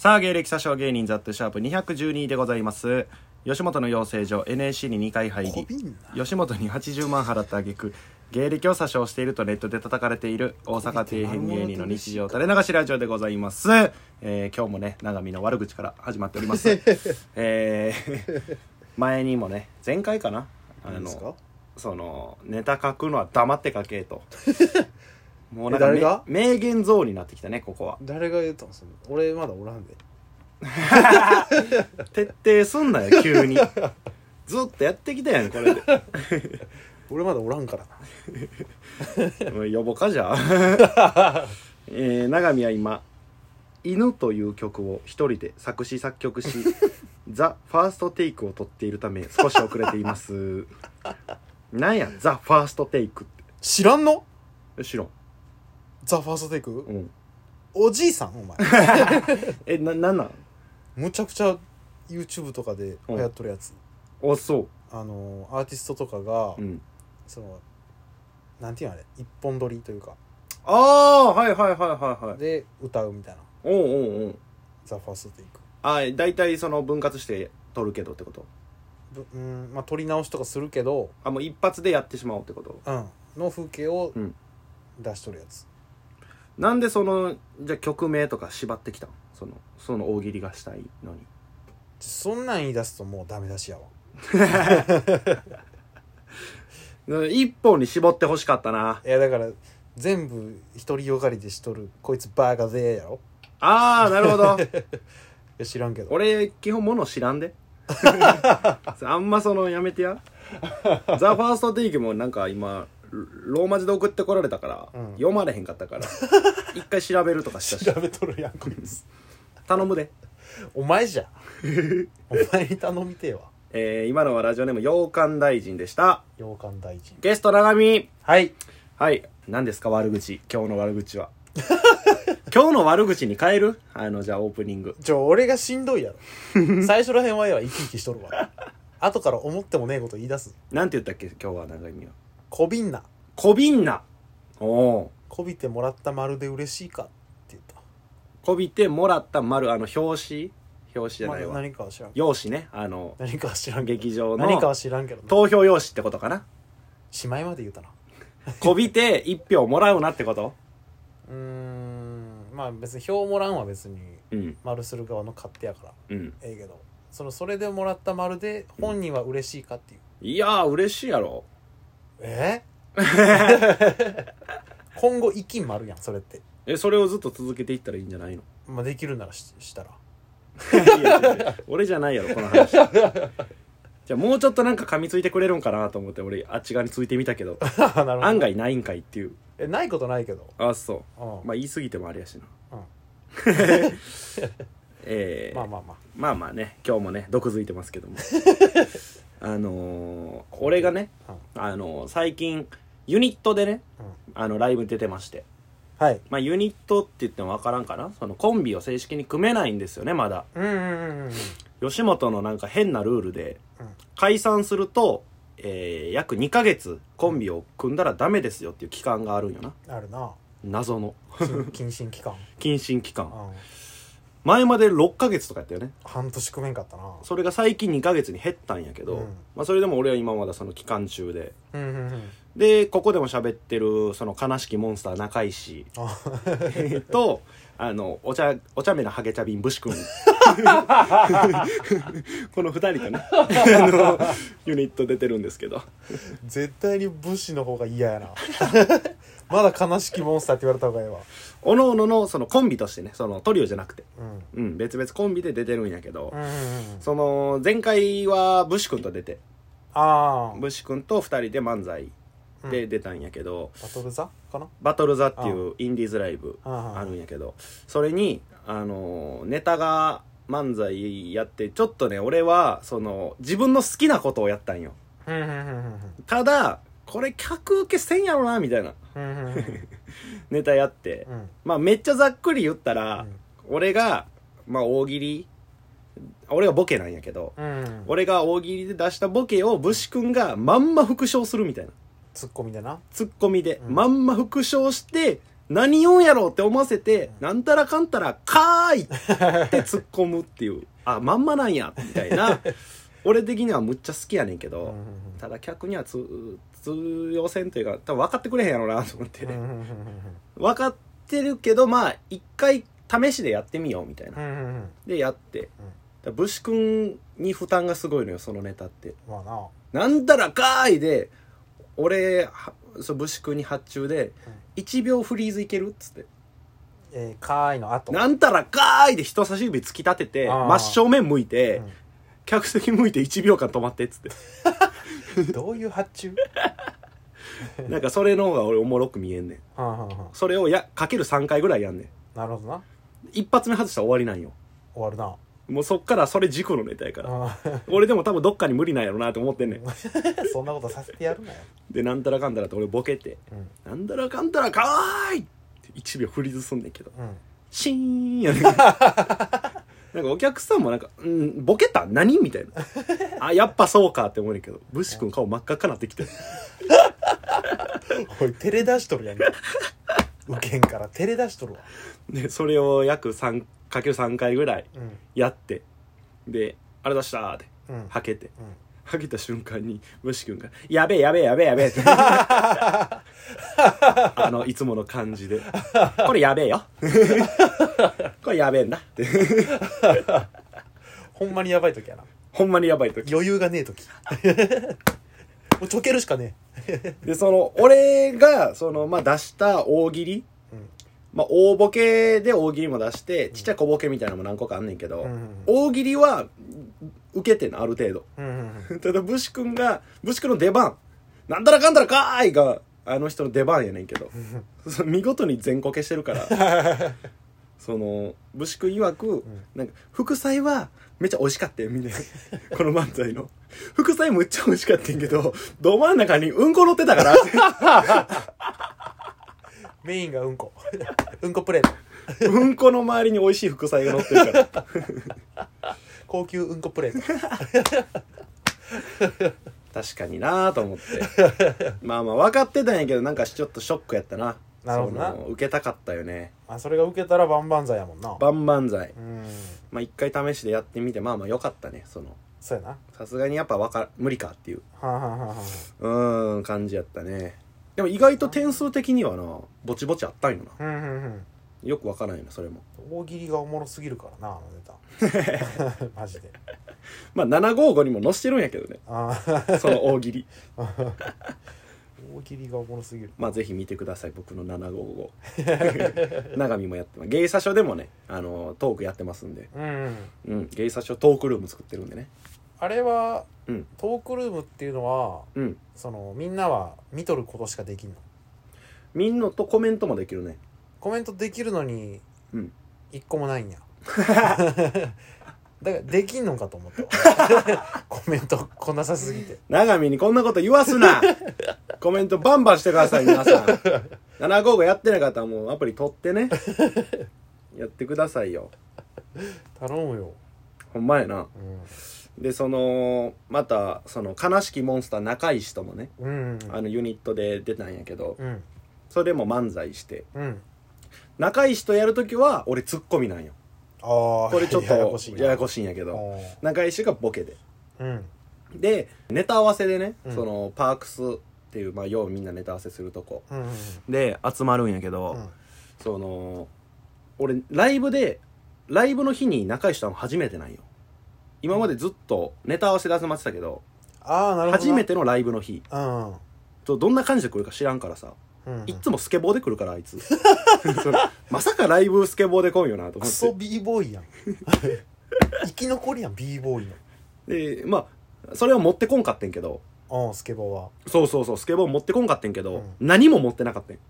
さあ芸歴詐称芸人ザットシャープ212でございます。吉本の養成所 NSC に2回入り、吉本に80万払った挙句芸歴を詐称しているとネットで叩かれている大阪底辺芸人の日常垂れ流しラジオでございます。今日もね永見の悪口から始まっております。前にもね前回かなそのネタ書くのは黙って書けともうなんか誰が名言ゾーンになってきたね。ここは誰が言ったんすか。俺まだおらんで徹底すんなよ急にずっとやってきたやんこれで俺まだおらんからな呼ぼうかじゃあ永見は今犬という曲を一人で作詞作曲しザ・ファーストテイクを取っているため少し遅れています。なんやザ・ファーストテイクって知らんの。 知らん。 ザ・ファーストテイク、 うん、 おじいさんお前なんなんむちゃくちゃ YouTube とかで流行っとるやつ、 あそうアーティストとかが、 うん、 そのなんていうのあれ一本撮りというかああはいはいはいはいはいで歌うみたいなおうおうおうザ・ファーストテイクだいたいその分割して撮るけどってこと。 まあ撮り直しとかするけどもう一発でやってしまおうってこと。 の風景を出しとるやつ、 なんでそのじゃあ曲名とか縛ってきたん。その大喜利がしたいのにそんなん言い出すともうダメ出しやわ一本に絞ってほしかったな。 いやだから全部独りよがりでしとるこいつバーガーでやろ。 ああなるほどいや知らんけど俺基本物知らんであんまやめてやザ・ファーストテイクもなんか今ローマ字で送ってこられたから、読まれへんかったから一回調べるとかしたし調べとるやんこいつ頼むでお前じゃお前に頼みてえわ。 今のはラジオネーム洋館大臣でした。 洋館大臣ゲスト永見はい何ですか悪口。今日の悪口は今日の悪口に変えるじゃあオープニング俺がしんどいやろ最初らへんは生き生きしとるわ後から思ってもねえこと言い出す。 なんて言ったっけ今日は永見は。 こびんなこびんな。おこびてもらった丸で嬉しいかって言った。 こびてもらった丸表紙じゃないわ、 何かは知らん用紙ね何かは知らんけど劇場の何かは知らんけど、ね、 投票用紙ってことかな。 しまいまで言うたなこびて一票もらうなってこと。 まあ別に票もらんは別にうん丸する側の勝手やから、 うんええけどそれでもらった丸で本人は嬉しいかっていう、 いやー嬉しいやろ今後生きん丸やんそれって。 それをずっと続けていったらいいんじゃないの。 まあできるならしたらいや俺じゃないやろこの話じゃあもうちょっとなんか噛みついてくれるんかなと思って俺あっち側についてみたけどなるほど案外ないんかいっていう。 ないことないけどそう、まあ言い過ぎてもあれやしなまあまあね今日もね毒づいてますけども俺がね、最近ユニットでね、ライブに出てまして、まあユニットって言っても分からんかな。コンビを正式に組めないんですよねまだ。吉本のなんか変なルールで、解散すると、約2ヶ月コンビを組んだらダメですよっていう期間があるんよな。 あるな謎の謹慎期間謹慎期間、前まで6ヶ月とかやったよね。 半年組めんかったな。 それが最近2ヶ月に減ったんやけど、まあそれでも俺は今まだその期間中で、でここでも喋ってるその悲しきモンスター中石とお茶目なハゲチャビンブシ君この2人とねユニット出てるんですけど絶対に武士の方が嫌やなまだ悲しきモンスターって言われた方がいいわ。 おのおののそのコンビとしてねトリオじゃなくて、別々コンビで出てるんやけど、その前回はブシ君と出てブシ君と2人で漫才で出たんやけど、 バトルザかな。 バトルザっていうインディーズライブあるんやけど、それにネタが漫才やってちょっとね俺は自分の好きなことをやったんよ。ただこれ客受けせんやろなみたいなネタやって、まあめっちゃざっくり言ったら、俺がまあ大喜利俺がボケなんやけど、俺が大喜利で出したボケをブシ君がまんま復唱するみたいな。 ツッコミでな。 ツッコミで、まんま復唱して何言うんやろうって思わせて、なんたらかんたらかーいって突っ込むっていうあまんまなんやみたいな俺的にはむっちゃ好きやねんけど、ただ客には通用せんというか多分分かってくれへんやろうなと思って分かってるけどまあ一回試しでやってみようみたいなでやって、ブシ君に負担がすごいのよそのネタって。 まあなんだらかーいで俺ブシ君に発注で1秒フリーズいけるっつって、 かーいの後なんたらかーいで人差し指突き立てて真正面向いて、客席向いて1秒間止まってっつってどういう発注なんかそれの方が俺おもろく見えんねんそれをかける3回ぐらいやんねん。 なるほどな。 一発目外したら終わりなんよ。 終わるな。 もうそっからそれ軸のネタやから俺でも多分どっかに無理なんやろなって思ってんねんそんなことさせてやるなよ。 でなんたらかんたらって俺ボケて、なんたらかんたらかーいって1秒フリーズすんねんけど、シーンやねんなんかお客さんもなんか、ボケた何みたいなあやっぱそうかって思うねんけど、ブシ君顔真っ赤っかなってきておい照れ出しとるやんか受けんから照れ出しとるわ。 でそれを約3×3 回ぐらいやって、であれ出したーってはけて、はけた瞬間にブシ君がやべえやべえやべえやべえっていつもの感じでこれやべえよこれやべえんだってほんまにやばい時やな。 ほんまにやばい時、 余裕がねえ時もうちょけるしかねえで俺が出した大喜利、大ボケで大喜利も出してちっちゃい小ボケみたいなのも何個かあんねんけど、大喜利は受けてんのある程度、ただブシ君の出番なんだらかんだらかーいがあの人の出番やねんけど見事に全こけしてるからブシ君曰く、なんか副菜はめっちゃ美味しかったよみんなこの漫才の副菜むっちゃ美味しかったんけどど真ん中にうんこ乗ってたからメインがうんこうんこプレートうんこの周りに美味しい副菜が乗ってるから高級うんこプレート確かになと思ってまあ分かってたんやけどなんかちょっとショックやったな。 なるほどな。 受けたかったよね。 それが受けたら万々歳やもんな。 万々歳。まあ一回試しでやってみてまあ良かったね。 そうやな。 さすがにやっぱ無理かっていう感じやったね。でも意外と点数的にはなぼちぼちあったんよな。よくわからんよなそれも。 大喜利がおもろすぎるからなあのネタマジで。 まあ755にも載してるんやけどねその大喜利大喜利がおもろすぎる。 まあぜひ見てください僕の755長見もやってます。芸者書でもねトークやってますんで、芸者書トークルーム作ってるんでね。 あれは、トークルームっていうのは、みんなは見とることしかできんの？ みんなとコメントもできるね。 コメントできるのに一個もないんやだからできんのかと思ったコメントこなさすぎて。 長見にこんなこと言わすなコメントバンバンしてください皆さん755やってなかったらもうアプリ取ってねやってくださいよ頼むよ。 ほんまやな、でまた悲しきモンスター中石ともね、ユニットで出たんやけど、それでも漫才して、中石とやるときは俺ツッコミなんよ。これちょっとややこしいんやけど中石がボケで、でネタ合わせでね、パークスっていうようみんなネタ合わせするとこ、で集まるんやけど、俺ライブの日に中石とは初めてなんよ。今までずっとネタ合わせで集まってたけど、 なるほど初めてのライブの日、どんな感じで来るか知らんからさ、いっつもスケボーで来るからあいつまさかライブスケボーで来んよなと思って。クソ b ボーイやん生き残りやん b ボーイの。 でそれを持ってこんかってんけど、 スケボーはそうスケボー持ってこんかってんけど、何も持ってなかったん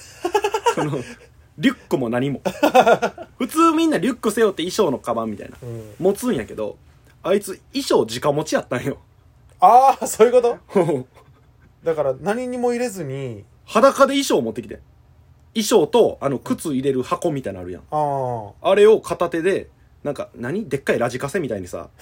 リュックも何も普通みんなリュック背負って衣装のカバンみたいな、持つんやけどあいつ衣装直持ちやったんよ。 そういうことだから何にも入れずに裸で衣装持ってきて、衣装と靴入れる箱みたいなのあるやん、あれを片手でなんかでっかいラジカセみたいにさ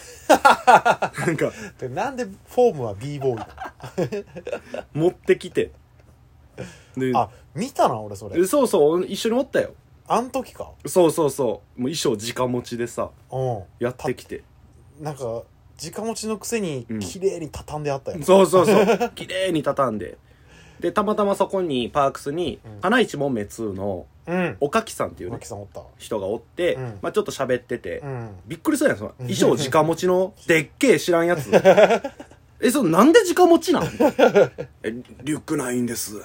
なんでフォームは b ボーイ持ってきて、 であ、見たな俺それ。 そうそう、一緒におったよ。 あん時か。 そうそうそう、もう衣装直持ちでさ、やってきて、 なんか直持ちのくせに綺麗に畳んであったよ、 そうそうそう綺麗に畳んで、でたまたまそこにパークスに花一門目2のおかきさんっていうね人がおって、まあちょっと喋ってて、びっくりするやん、その衣装直持ちのでっけえ知らんやつそのなんで直持ちなんリュックないんです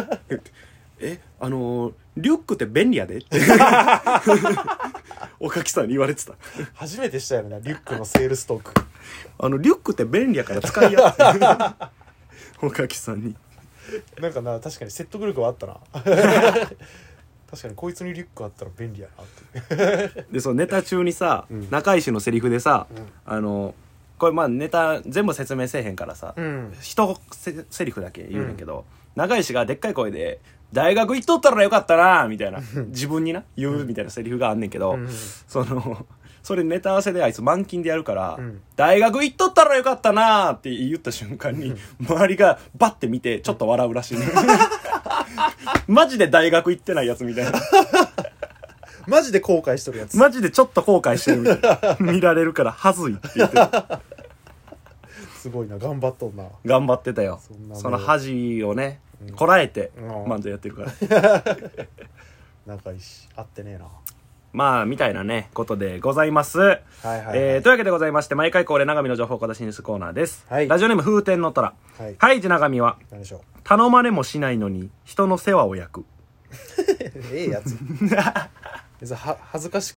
リュックって便利やでっておかきさんに言われてた。 初めてしたよね、リュックのセールストーク。 リュックって便利やから使いやっておかきさんに。 なんかな、確かに説得力はあったな確かにこいつにリュックあったら便利やなってでそのネタ中にさ、中石のセリフでさ、これまあネタ全部説明せえへんからさ、一セリフだけ言うねんけど、中石がでっかい声で大学行っとったらよかったなみたいな自分にな言うみたいなセリフがあんねんけど、それネタ合わせであいつ満勤でやるから、大学行っとったらよかったなって言った瞬間に周りがバッて見てちょっと笑うらしいねマジで大学行ってないやつみたいなマジで後悔しとるやつ、 マジでちょっと後悔してるみたいな見られるからはずいって言ってるすごいな、頑張っとんな。 頑張ってたよ。その恥をね、こらえて漫才やってるから仲いいし合ってねえな。 まあみたいなねことでございます。というわけでございまして、毎回恒例長見の情報小出しニュースコーナーです、ラジオネーム風天の虎。はい、長見は何でしょう。 頼まれもしないのに人の世話を焼くええやつ別に恥ずかし